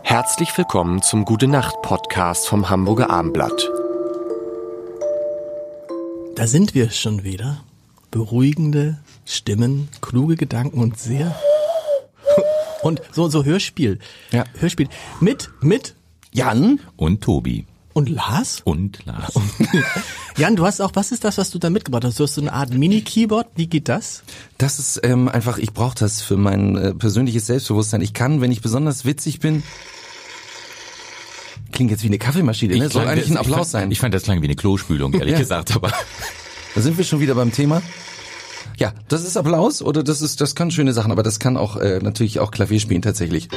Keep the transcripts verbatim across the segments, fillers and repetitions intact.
Herzlich willkommen zum Gute-Nacht-Podcast vom Hamburger Abendblatt. Da sind wir schon wieder. Beruhigende Stimmen, kluge Gedanken und sehr... Und so so Hörspiel. Ja. Hörspiel. Mit, mit... Jan und Tobi. Und Lars? Und Lars. Jan, du hast auch, was ist das, was du da mitgebracht hast? Du hast so eine Art Mini-Keyboard. Wie geht das? Das ist ähm, einfach, ich brauche das für mein äh, persönliches Selbstbewusstsein. Ich kann, wenn ich besonders witzig bin, klingt jetzt wie eine Kaffeemaschine, ne? Soll eigentlich ein Applaus ich fand, sein. Ich fand, das klang wie eine Klospülung, ehrlich Ja. gesagt, aber... Da sind wir schon wieder beim Thema. Ja, das ist Applaus oder das ist, das kann schöne Sachen, aber das kann auch äh, natürlich auch Klavier spielen tatsächlich.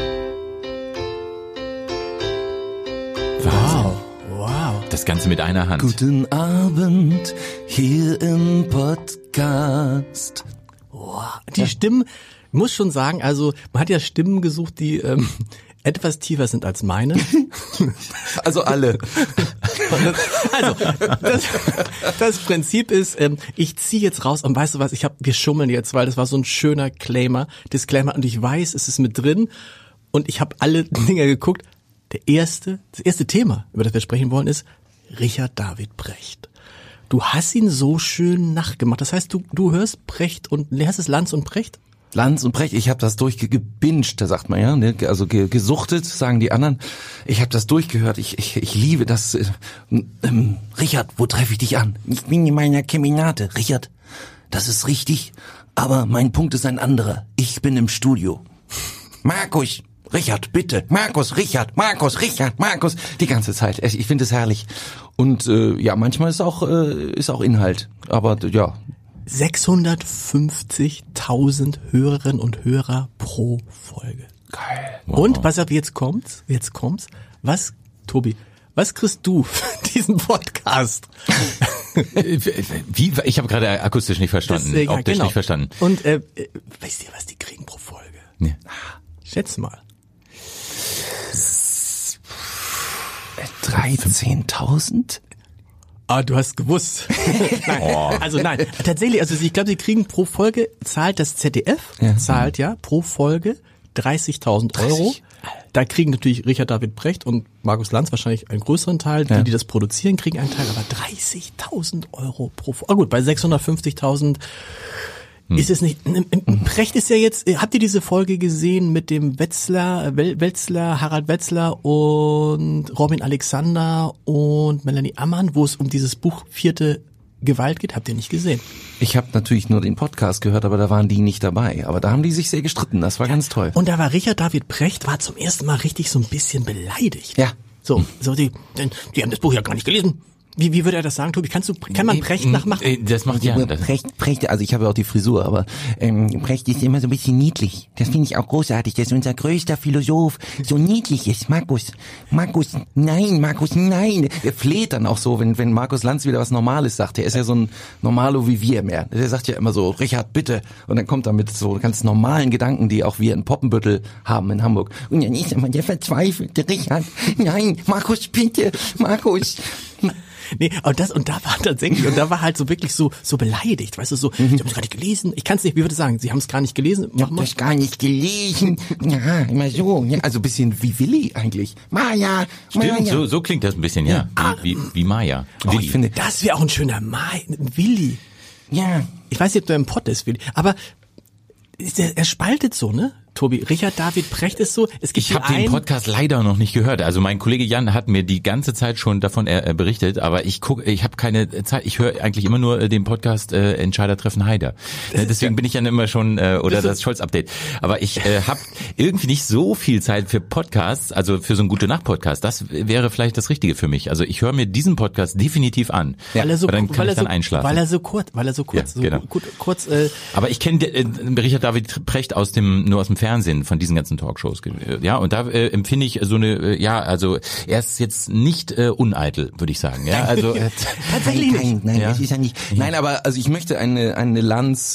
Wow, wow. Das Ganze mit einer Hand. Guten Abend hier im Podcast. Wow. Die Stimmen, ich muss schon sagen, also man hat ja Stimmen gesucht, die ähm, etwas tiefer sind als meine. Also alle. Also, das, das Prinzip ist, ähm, ich ziehe jetzt raus und weißt du was, ich hab, wir schummeln jetzt, weil das war so ein schöner Claimer, Disclaimer und ich weiß, es ist mit drin und ich habe alle Dinger geguckt. Der erste, das erste Thema, über das wir sprechen wollen, ist Richard David Precht. Du hast ihn so schön nachgemacht. Das heißt, du du hörst Precht und, ne, heißt es Lanz und Precht? Lanz und Precht, ich habe das durchgebinged, da sagt man ja, ne? Also ge- gesuchtet, sagen die anderen. Ich habe das durchgehört, ich, ich, ich liebe das. Äh, ähm, Richard, wo treffe ich dich an? Ich bin in meiner Keminate. Richard, das ist richtig, aber mein Punkt ist ein anderer. Ich bin im Studio. Markus, Richard, bitte. Markus, Richard, Markus, Richard, Markus. Die ganze Zeit. Ich finde es herrlich. Und äh, ja, manchmal ist auch äh, ist auch Inhalt. Aber ja. sechshundertfünfzigtausend Hörerinnen und Hörer pro Folge. Geil. Wow. Und pass auf, jetzt kommt's, jetzt kommt's. Was, Tobi, was kriegst du für diesen Podcast? Wie? Ich habe gerade akustisch nicht verstanden, Das, äh, ja, optisch genau. nicht verstanden. Und äh, weißt ihr, was die kriegen pro Folge? Nee. Schätz mal. dreizehntausend? Ah, du hast gewusst. Nein, Oh. also nein, tatsächlich, also ich glaube, sie kriegen pro Folge, zahlt das Z D F, Ja. zahlt ja pro Folge dreißigtausend Euro. dreißig. Da kriegen natürlich Richard David Precht und Markus Lanz wahrscheinlich einen größeren Teil. Die, Ja. die das produzieren, kriegen einen Teil, aber dreißigtausend Euro pro Folge. Ah gut, bei sechshundertfünfzigtausend ist es nicht. Precht ist ja jetzt, habt ihr diese Folge gesehen mit dem Wetzler, Wetzler, Harald Wetzler und Robin Alexander und Melanie Ammann, wo es um dieses Buch Vierte Gewalt geht? Habt ihr nicht gesehen? Ich habe natürlich nur den Podcast gehört, aber da waren die nicht dabei. Aber da haben die sich sehr gestritten, das war ganz toll. Und da war Richard David Precht, war zum ersten Mal richtig so ein bisschen beleidigt. Ja. So, so die, die haben das Buch ja gar nicht gelesen. Wie, wie würde er das sagen, Tobi? Kannst du, kann man Precht nachmachen? Äh, Das macht ja. Das, Precht, Precht, also ich habe ja auch die Frisur, aber ähm, Precht ist immer so ein bisschen niedlich. Das finde ich auch großartig. Das ist unser größter Philosoph. So niedlich ist Markus. Markus, nein, Markus, nein. Er fleht dann auch so, wenn wenn Markus Lanz wieder was Normales sagt. Er ist ja so ein Normalo wie wir mehr. Der sagt ja immer so, Richard, bitte. Und dann kommt er mit so ganz normalen Gedanken, die auch wir in Poppenbüttel haben in Hamburg. Und dann ist immer der verzweifelte Richard. Nein, Markus, bitte, Markus. Nee, und das, und da war tatsächlich, und da war halt so wirklich so, so beleidigt, weißt du, so, Sie haben es gar nicht gelesen, ich kann es nicht, wie würde ich sagen, Sie haben es gar nicht gelesen, Ich hab Mach mal. das gar nicht gelesen. Ja, immer so. Ja, also ein bisschen wie Willi eigentlich. Maja, stimmt, Maja. so, so klingt das ein bisschen, ja. Wie, wie, wie Maya. Oh, Willi. ich finde, Das wäre auch ein schöner Mai, Willi. ja. Ich weiß nicht, ob du im Pott ist, Willi, aber er, er spaltet so, ne? Tobi, Richard David Precht ist so, es gibt Ich habe den einen, Podcast leider noch nicht gehört. Also mein Kollege Jan hat mir die ganze Zeit schon davon äh, berichtet, aber ich gucke, ich habe keine Zeit. Ich höre eigentlich immer nur äh, den Podcast äh, Entscheider treffen Haider. Äh, deswegen bin ich dann immer schon äh, oder Das das, ist- Scholz-Update. Aber ich äh, habe irgendwie nicht so viel Zeit für Podcasts, also für so einen Gute-Nacht-Podcast. Das wäre vielleicht das Richtige für mich. Also ich höre mir diesen Podcast definitiv an, weil er so, weil dann kann weil er ich dann so, einschlafen. weil er so kurz, weil er so kurz, Ja, genau. so gut, kurz, äh, Aber ich kenne äh, Richard David Precht aus dem nur aus dem Fernsehen von diesen ganzen Talkshows, ja, und da äh, empfinde ich so eine, äh, ja, also er ist jetzt nicht äh, uneitel, würde ich sagen, ja, also äh, tatsächlich Nein, nicht. nein, Ja. das ist ja nicht. Nein, aber also ich möchte eine eine Lanz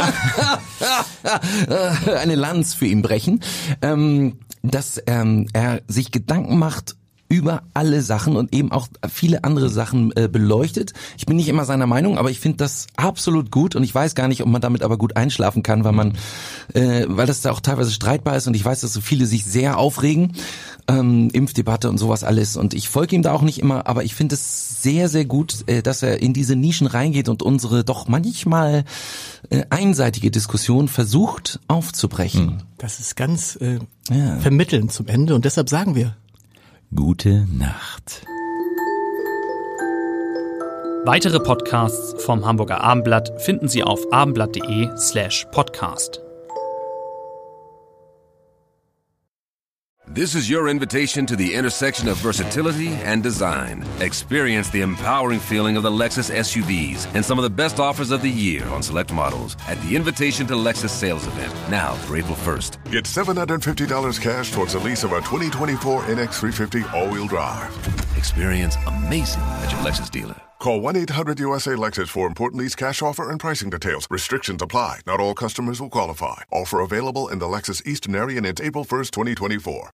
eine Lanz für ihn brechen, ähm, dass ähm, er sich Gedanken macht über alle Sachen und eben auch viele andere Sachen äh, beleuchtet. Ich bin nicht immer seiner Meinung, aber ich finde das absolut gut und ich weiß gar nicht, ob man damit aber gut einschlafen kann, weil man, äh, weil das da auch teilweise streitbar ist und ich weiß, dass so viele sich sehr aufregen. ähm, Impfdebatte und sowas alles. Und ich folge ihm da auch nicht immer, aber ich finde es sehr, sehr gut, äh, dass er in diese Nischen reingeht und unsere doch manchmal äh, einseitige Diskussion versucht aufzubrechen. Das ist ganz äh, Ja. vermittelnd zum Ende und deshalb sagen wir. Gute Nacht. Weitere Podcasts vom Hamburger Abendblatt finden Sie auf abendblatt.de slash podcast. This is your invitation to the intersection of versatility and design. Experience the empowering feeling of the Lexus S U Vs and some of the best offers of the year on select models at the Invitation to Lexus sales event, now through April first. Get seven hundred fifty dollars cash towards the lease of a twenty twenty-four N X three fifty all-wheel drive. Experience amazing at your Lexus dealer. Call one eight hundred U S A Lexus for important lease cash offer and pricing details. Restrictions apply. Not all customers will qualify. Offer available in the Lexus Eastern area and it's April first, twenty twenty-four.